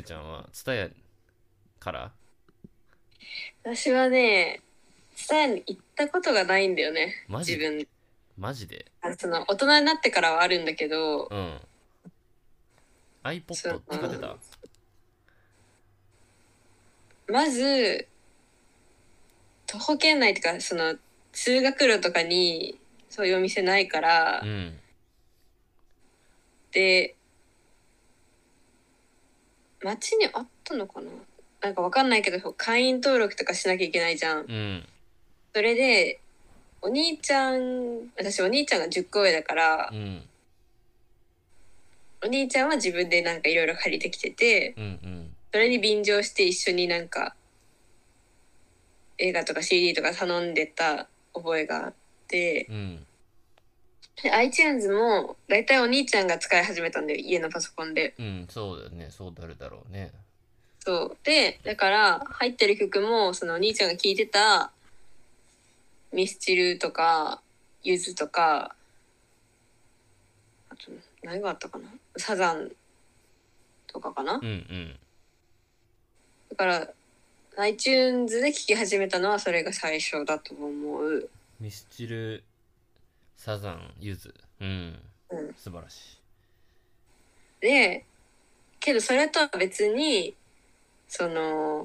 るちゃんはツタヤから？ 私はね、ツタヤに行ったことがないんだよね。 マジで？ 自分。 マジで？ その、大人になってからはあるんだけど、 うん。 そ iPod 使っての、 た？ まず、徒歩圏内とか、通学路とかに、そういうお店ないから、 うん。 で、街にあったのかな。なんかわかんないけど、会員登録とかしなきゃいけないじゃん。 うん。 それで、私お兄ちゃんが10個上だから、 うん。 お兄ちゃんは自分でなんかいろいろ借りてきてて、 うん。うん。 それに便乗して一緒になんか映画とか CD とか頼んでた覚えがあって、 うん。 で iTunes もだいたいお兄ちゃんが使い始めたんだよ、家のパソコンで。 うん。そうだよね。そうなるだろうね。 そう。で、だから入ってる曲もそのお兄ちゃんが聴いてたミスチルとか、ユズとか、あと何があったかな、サザンとかかな。 うん。うん。 だから iTunes で聴き始めたのはそれが最初だと思う。 ミスチル、サザン、ユズ。うん。 うん。 素晴らしで、けどそれとは別に、その、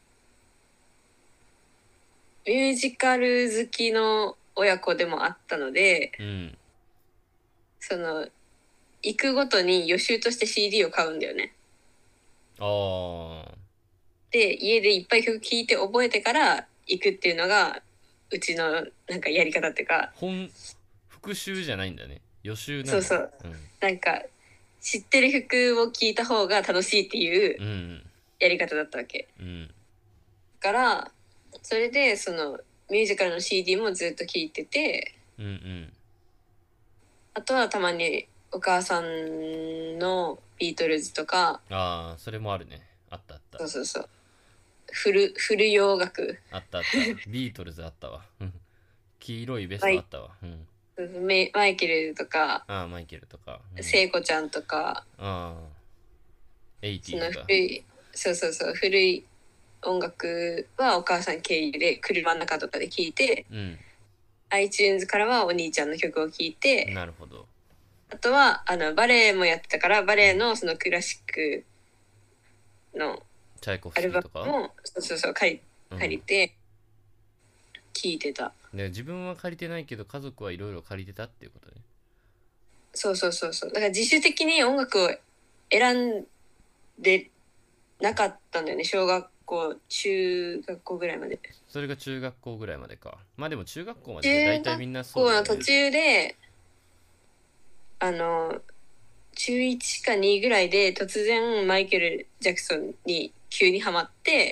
ミュージカル好きの親子でもあったので、 い。うん。 その、行くごとに予習として CD を買うんだよね。 ああ。 で、家でいっぱい曲聴いて覚えてから行くっていうのが、うちのなんかやり方っていうか、 復習じゃないんだね。予習なんだね。 そうそう。 うん。 なんか、知ってる曲を聴いた方が楽しいっていううん。 やり方だったわけ。 うん。 だから、それで、ミュージカルの CD もずっと聴いてて、 うん。うん。 あとはたまにお母さんのビートルズとか、 ああ、それもあるね。あったあった。 そうそうそう、フル洋楽、 あったあった。ビートルズあったわ。うん。黄色いベスマイ、 トあったわ。うん。 マイケルとか、 ああ、マイケルとか。うん。 聖子ちゃんとか、 ああ、エイテそィーズが。 のそうそうそう、古い音楽はお母さん経由で車の中とかで聴いて、 うん。 iTunes からはお兄ちゃんの曲を聴いて、 なるほど。 あとはバレエもやってたから、バレエのそのクラシックのチャイコフアルバスキーとか。 ムも、そうそうそう、 うん。 借りて聴いてた。 で、自分は借りてないけど、家族はいろいろ借りてたっていうことね。 そうそうそうそう。だから自主的に音楽を選んでなかったんだよね。小学校、中学校ぐらいまで。 それが中学校ぐらいまでか。まあでも中学校までって大中学体みんなそう校だよね。 の途中で、あの、中1か2ぐらいで突然マイケル・ジャクソンに急にハマって、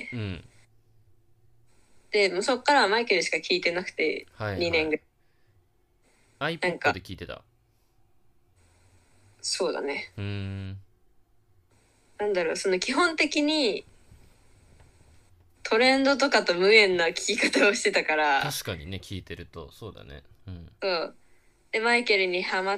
うん。 で、もうそっからはマイケルしか聴いてなくて、2 はいはい。 年ぐらい。なん iPod か、 で聞いてた？ そうだね。 うーん。 なんだろう、その基本的にトレンドとかと無縁な聴き方をしてたから、 確かにね、聞いてると、そうだね。うん。 そう。で、マイケルにハマって、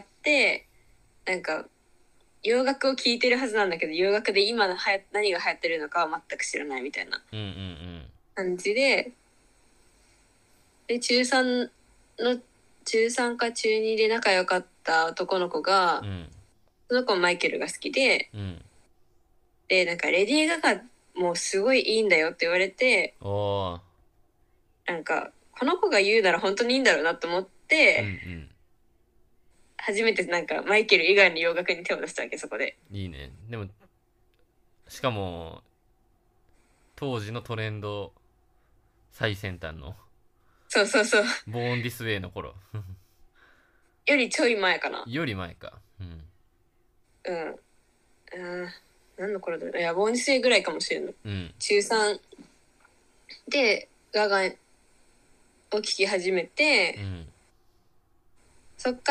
なんか、洋楽を聴いてるはずなんだけど、洋楽で今何が流行ってるのかは全く知らないみたいなうんうん感じで、で、の、中3か中2で仲良かった男の子が、 うん。うん。 その子もマイケルが好きで、 うん。 で、なんかレディー・ガガもうすごいいいんだよって言われて、 おー。 なんか、この子が言うなら本当にいいんだろうなと思っうんうて、 ん。 初めてなんかマイケル以外の洋楽に手を出したわけ、そこで。 いいね。でも、しかも、当時のトレンド最先端の、 そうそうそう。 ボーンディスウェイの頃。 よりちょい前かな。 より前か。うん。 うん。何の頃だろう。いや、ボーニスぐらいかもしれない。 うん。 中3でガガを聴き始めて、 うん。 そっから、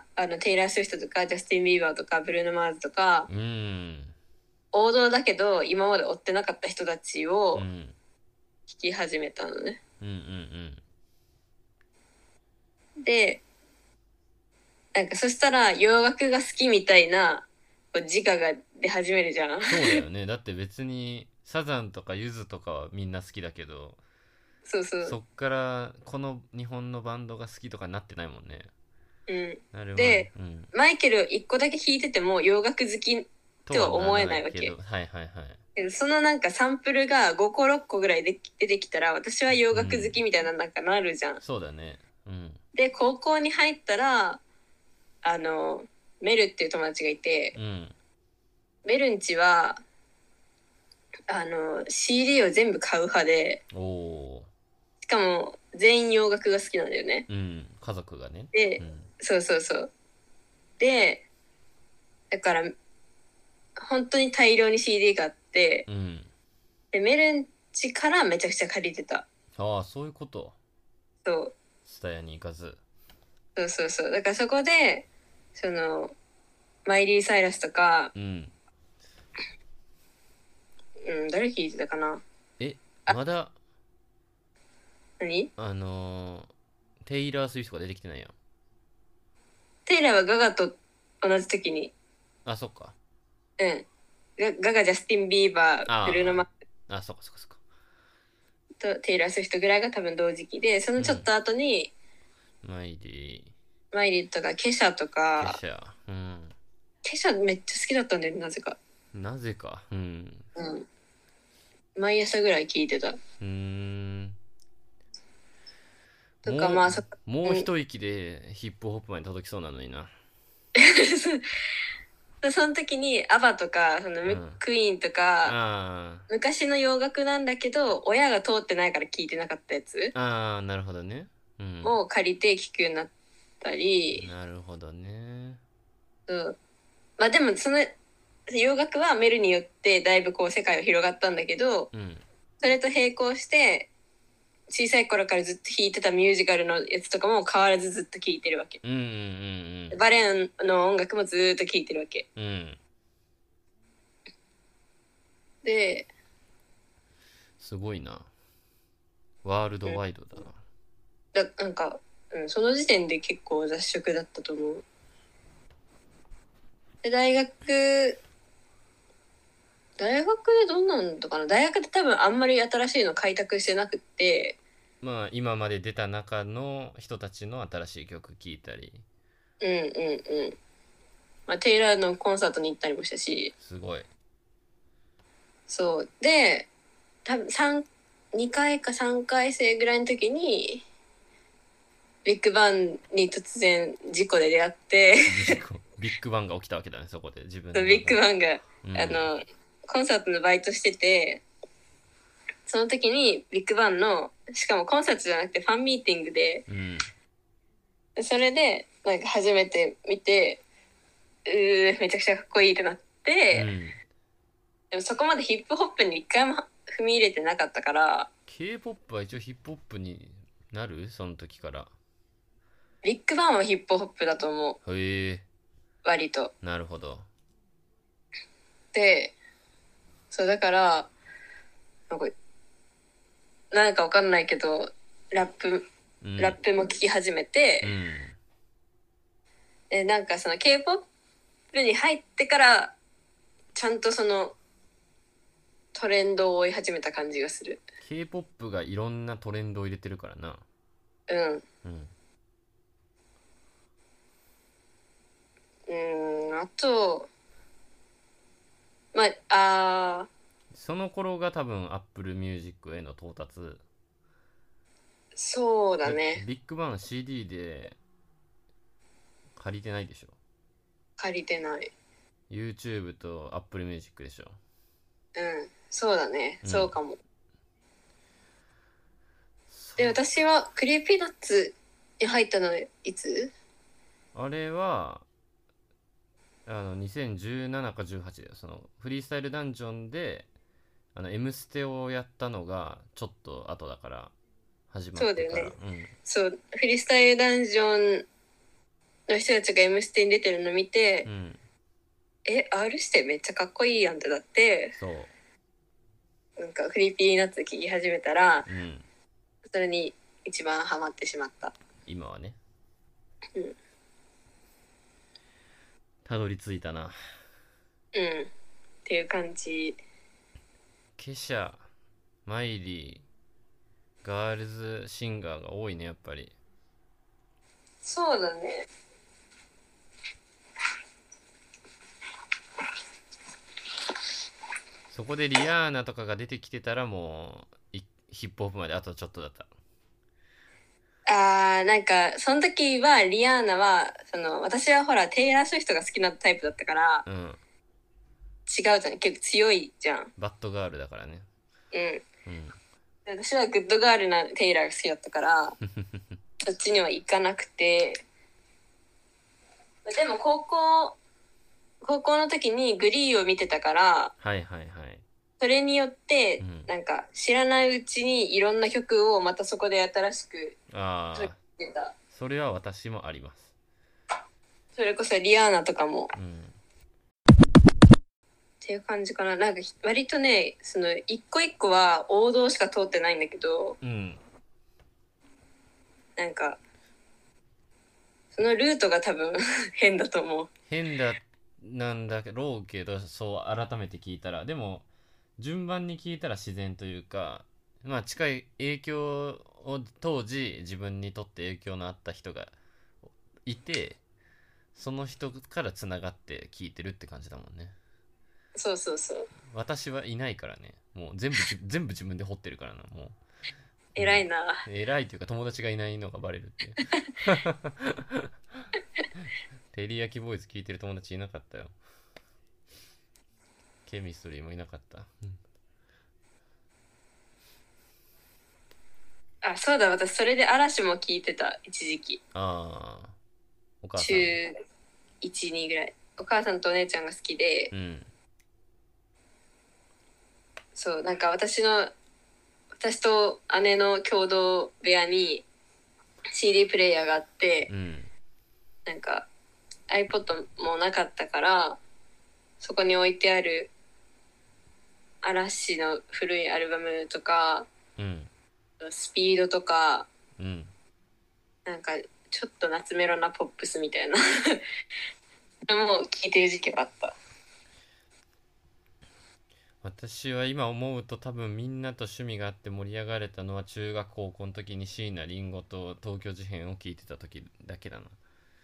テイラー・スウィフトとか、ジャスティン・ビーバーとか、ブルーノ・マーズとか、 うーん。 王道だけど、今まで追ってなかった人たちをうん。 聴き始めたのね。 うんうんで、なんかそしたら洋楽が好きみたいなこう自我がで始めるじゃん。 そうだよね。だって別にサザンとかユズとかはみんな好きだけど、 そうそう。 そっからこの日本のバンドが好きとかなってないもんね。 うん。 なるまい。 で、 うん。 マイケル一個だけ弾いてても洋楽好きとはならとは思えないけど、 ないわけ。 はいはいはい。 けどそのなんかサンプルが5個6個ぐらいで出てきたら私は洋楽好うん。 きみたいななんかなるじゃん。 そうだね。うん。 で、高校に入ったら、あの、メルっていう友達がいて、 うん。 メルンチは、CD を全部買う派で、 おおしかも全員洋楽が好きなんだよね。 ー。うん。家族がね。うで、 ん。 そうそうそう。で、だから本当に大量に CD があって、 うん。 で、メルンチからめちゃくちゃ借りてた。 ああ、そういうこと。 そう、 スタヤに行かず。 そうそうそう。だからそこで、その、マイリー・サイラスとか、 うん。 うん、誰聞いてたかな。 え、 あ、 まだ、 何テイラー・スウィフトが出てきてないやん。 テイラーはガガと同じ時に、 あ、そっか。 うん。ガガ、ジャスティン・ビーバー、ブルーノ・あマーあ、あ、そっかそっかそっか。 とテイラー・スウィフトぐらいが多分同時期で、そのちょっうん。 と後に、 マイリマイリーとかケシャとー、ケか、 シャ。うん。 ケシャめっちゃ好きだったんだよね、なぜか。 なぜか。うん。 うん。毎朝ぐらい聞いてた。 うーん。 とか、まあ、うん。 もう一息でヒップホップまで届きそうなのにな。 その時に、アバとか、そのうん。 クイーンとか、 あ昔の洋楽なんだけど、親が通ってないから聞いてなかったやつあ、ああ、なるほどね。うん。 を借りて聞くようになったり、 なるほどね。 そう。まあでも、その洋楽はメルによってだいぶこう世界は広がったんだけど、 うん。 それと並行して小さい頃からずっと弾いてたミュージカルのやつとかも変わらずずっと聴いてるわけ。 うんうんバレエの音楽もずっと聴いてるわけ。 うんうん。うん。 で、 すごいな。ワールうん、 ドワイドだな。 なんか、うん、その時点で結構雑食だったと思う。で、大学でどんなんだかな。大学で多分あんまり新しいの開拓してなくって、 まあ、今まで出た中の人たちの新しい曲聴いたり。 うんうんうん。まあ、テイラーのコンサートに行ったりもしたし、 すごい。 そう。で、多分2回か3回生ぐらいの時に、ビッグバンに突然事故で出会って、 ビッグバンが起きたわけだね、そこで。自分のビッ中で。 グバンが、 うん。 コンサートのバイトしてて、その時にビッグバンの、しかもコンサートじゃなくてファンミーティングで、 うん。 それで、なんか初めて見て、めちゃくちゃかっこいいってなって、 うん。 でもそこまでヒップホップに一回も踏み入れてなかったから、 K-POP は一応ヒップホップになるその時から。 ビッグバンはヒップホップだと思う。 へえ、 割と。 なるほど。 で、そうだから、なんか、なんかわかんないけど、ラップ、 うん。 ラップも聞き始めて、 うん。 で、なんかその K-POP に入ってから、ちゃんとそのトレンドを追い始めた感じがする。 K-POP がいろんなトレンドを入れてるからな。 うん。 うん。 あと、まあ、 その頃が多分 Apple Music への到達。 そうだね。 ビッグバン CD で借りてないでしょ。 借りてない。 YouTube と Apple Music でしょ。 うん。そうだね。 うん。 そうかも。で、 そう。 私はクリーピーナッツに入ったのいつ？ あれは、2017か18だよ。その、フリースタイルダンジョンで、M ステをやったのが、ちょっと後だから、始まってから。 そうだよね。 うん。 そう、フリースタイルダンジョンの人たちが M ステに出てるの見て、 うん。 R してめっちゃかっこいいやんってなって、 そなんかクリーピーナッツ聴き始めたら、 う。うん。 それに一番ハマってしまった。 今はね。 うん。 たどり着いたな。 うん。 ていう感じ。 ケシャ、マイリー、ガールズシンガーが多いね、やっぱり。 そうだね。 そこでリアーナとかが出てきてたらもうヒップホップまであとちょっとだった。 なんか、その時は、リアーナは、私はほら、テイラー・スウィフトが好きなタイプだったから、 うん。 違うじゃん。結構強いじゃん。 バッドガールだからね。 うん。 うん。 私はグッドガールなテイラーが好きだったから、そっちには行かなくて、でも高校の時にグリーを見てたから、 はいはいはい。 それによって、 うん。 なんか知らないうちにいろんな曲をまたそこで新しくああ、 出た。 それは私もあります。 それこそリアーナとかも。 うん。 っていう感じかな。なんか割とね、一個一個は王道しか通ってないんだけど、 うん。 なんか、そのルートが多分変だと思う。 変だなんだろうけど、そう改めて聞いたら、でも順番に聞いたら自然というか、まあ近い影響を当時自分にとって影響のあった人がいて、その人からつながって聞いてるって感じだもんね。 そうそうそう。 私はいないからね。もう全部自分で掘ってるからな。もう、うん、 偉いな。 偉いというか友達がいないのがバレるっていう。テリヤキボーイズ聞いてる友達いなかったよ。ケミストリーもいなかった。うん、 あ、そうだ、私それで嵐も聞いてた、一時期。 ああ、お母さん。 中1、2ぐらい。お母さんとお姉ちゃんが好きで、 うん。 そう、なんか私と姉の共同部屋に CD プレイヤーがあって、 うん。 なんか iPod もなかったから、そこに置いてある嵐の古いアルバムとか、 うん。 スピードとか、 うん。 なんかちょっと夏メロなポップスみたいなのも聞いてる時期があった。 私は今思うと多分みんなと趣味があって盛り上がれたのは中学高校の時に椎名林檎と東京事変を聞いてた時だけだな。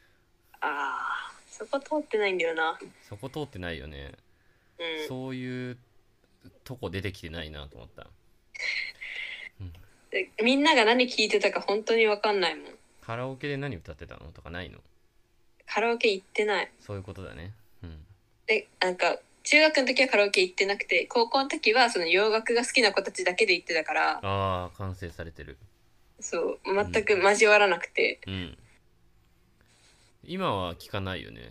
そこ通ってないんだよな。 そこ通ってないよね。 うん。 そういうとこ出てきてないなと思った。うん、 でみんなが何聞いてたか本当に分かんないもん。 カラオケで何歌ってたのとかないの？ カラオケ行ってない。 そういうことだね。うん。 で、なんか、中学の時はカラオケ行ってなくて、高校の時はその洋楽が好きな子たちだけで行ってたから、 ああ、完成されてる。 そう、 うん。 全く交わらなくて。 うん。今は聞かないよね。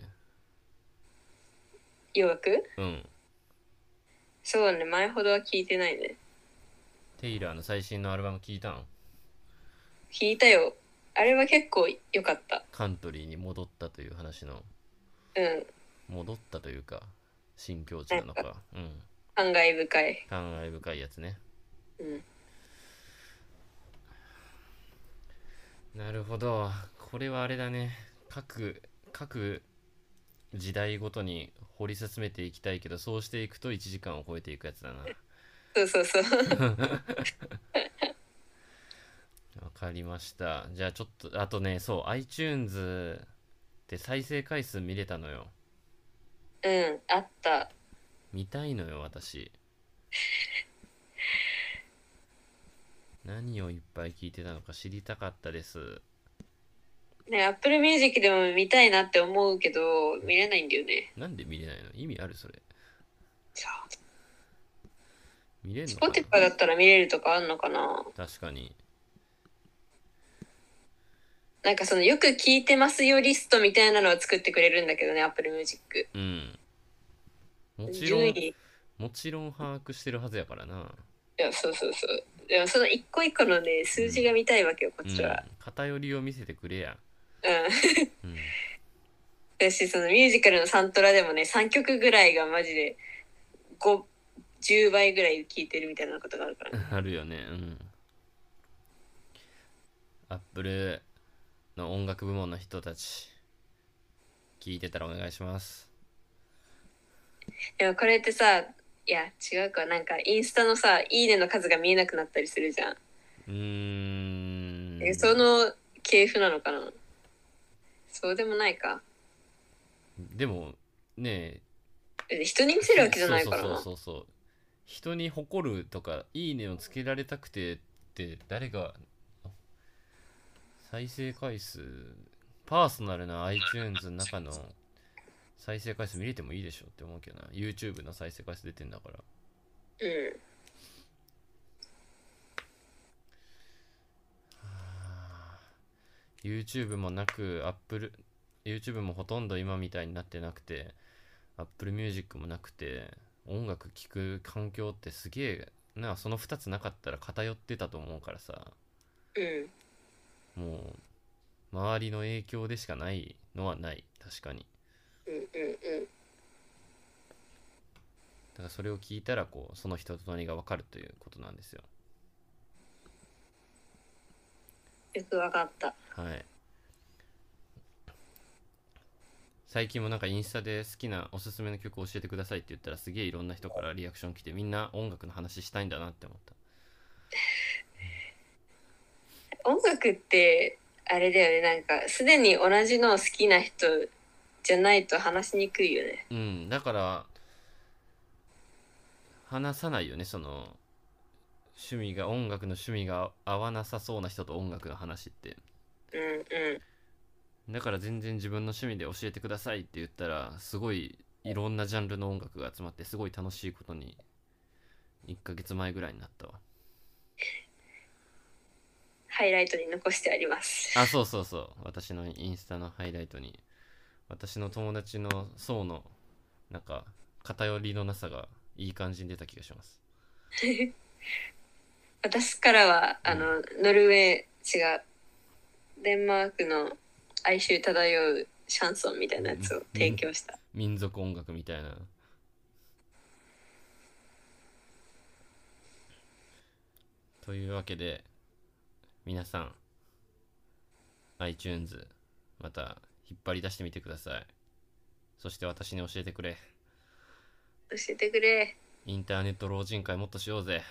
洋楽うん。 そうね、前ほどは聞いてないね。 テイラーの最新のアルバム聞いたん？ 聞いたよ。あれは結構良かった。 カントリーに戻ったという話の、 うん。 戻ったというか新境地なんか、 なのか。うん。 感慨深い。 感慨深いやつね。 うん。 なるほど。これはあれだね。各時代ごとに掘り進めていきたいけど、そうしていくと1時間を超えていくやつだな。 そうそうそう。 わかりました。じゃあちょっと、あとね、そう、iTunes で再生回数見れたのよ。 うん、あった。 見たいのよ、私。何をいっぱい聞いてたのか知りたかったです。 ね、Apple Music でも見たいなって思うけど、見れないんだよね。 なんで見れないの？意味あるそれ？ そう。 見れんのかな？ Spotify だったら見れるとかあんのかな。 確かに。 なんかよく聞いてますよリストみたいなのを作ってくれるんだけどね、Apple Music。 うん。もちろん、 順位、いもちろん把握してるはずやからな。 や、そうそうそう。でもその一個一個のね、 うん。 数字が見たいわけよ、こうん。 っちは。 偏りを見せてくれや。 うん。 うん。 私、そのミュージカルのサントラでもね、3曲ぐらいがマジで5、10倍ぐらい聞いてるみたいなことがあるからね。 あるよね。うん。アップルの音楽部門の人たち、聞いてたらお願いします。 でもこれってさ、いや違うか、なんかインスタのさ、いいねの数が見えなくなったりするじゃん。 うーん。 その系譜なのかな。そうでもないか。 でもね人に見せるわけじゃそうそうないからな。 そうそうそう、人に誇るとかいいねをつけられたくてって誰が再生回数パーソナルな iTunes の中の再生回数見れてもいいでしょって思うけどな。 YouTube の再生回数出てんだから。 うん。 YouTube もなく YouTube もほとんど今みたいになってなくて Apple Music もなくて、音楽聴く環境ってすげえな。その2つなかったら偏ってたと思うからさ、 うん。 もう周りの影響でしかないのはない。確かに。 うんうんうん。 だからそれを聞いたらこうその人となりが分かるということなんですよ。 よくわかった。 はい。最近もなんかインスタで好きなおすすめの曲を教えてくださいって言ったらすげえいろんな人からリアクション来て、みんな音楽の話したいんだなって思った。 音楽ってあれだよね、なんかすでに同じのを好きな人じゃないと話しにくいよね。 うん、だから話さないよね。その音楽の趣味が合わなさそうな人と音楽の話って。 うんうん。 だから全然自分の趣味で教えてくださいって言ったらすごいいろんなジャンルの音楽が集まってすごい楽しいことに1ヶ月前ぐらいになったわ。 ハイライトに残してあります。 あ、そうそうそう、私のインスタのハイライトに私の友達の層のなんか偏りのなさがいい感じに出た気がします。 私からはうん。 ノルウェー、違う、デンマークの哀愁漂うシャンソンみたいなやつを提供した。 民族音楽みたいな。というわけで皆さん iTunes また引っ張り出してみてください。そして私に教えてくれ。 教えてくれ。 インターネット老人会もっとしようぜ。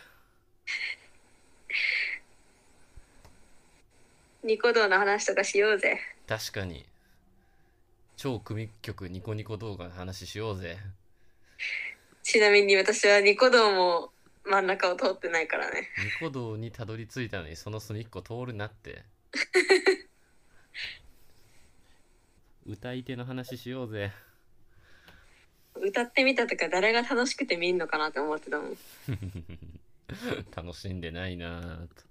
ニコ動の話とかしようぜ。 確かに。超組曲ニコニコ動画の話しようぜ。 ちなみに私はニコ動も真ん中を通ってないからね。 ニコ動にたどり着いたのにその隅っこ通るなって。歌い手の話しようぜ。 歌ってみたとか誰が楽しくて見んのかなって思ってたもん。 楽しんでないなぁと。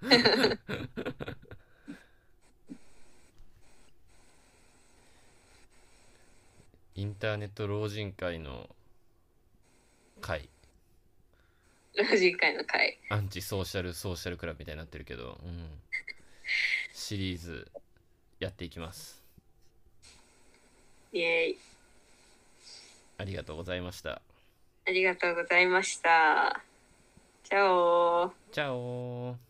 インターネット老人会の会、 老人会の会。 アンチソーシャルクラブみたいになってるけど、うん、シリーズやっていきます。 イエーイ。 ありがとうございました。 ありがとうございました。チャオ。 チャオ。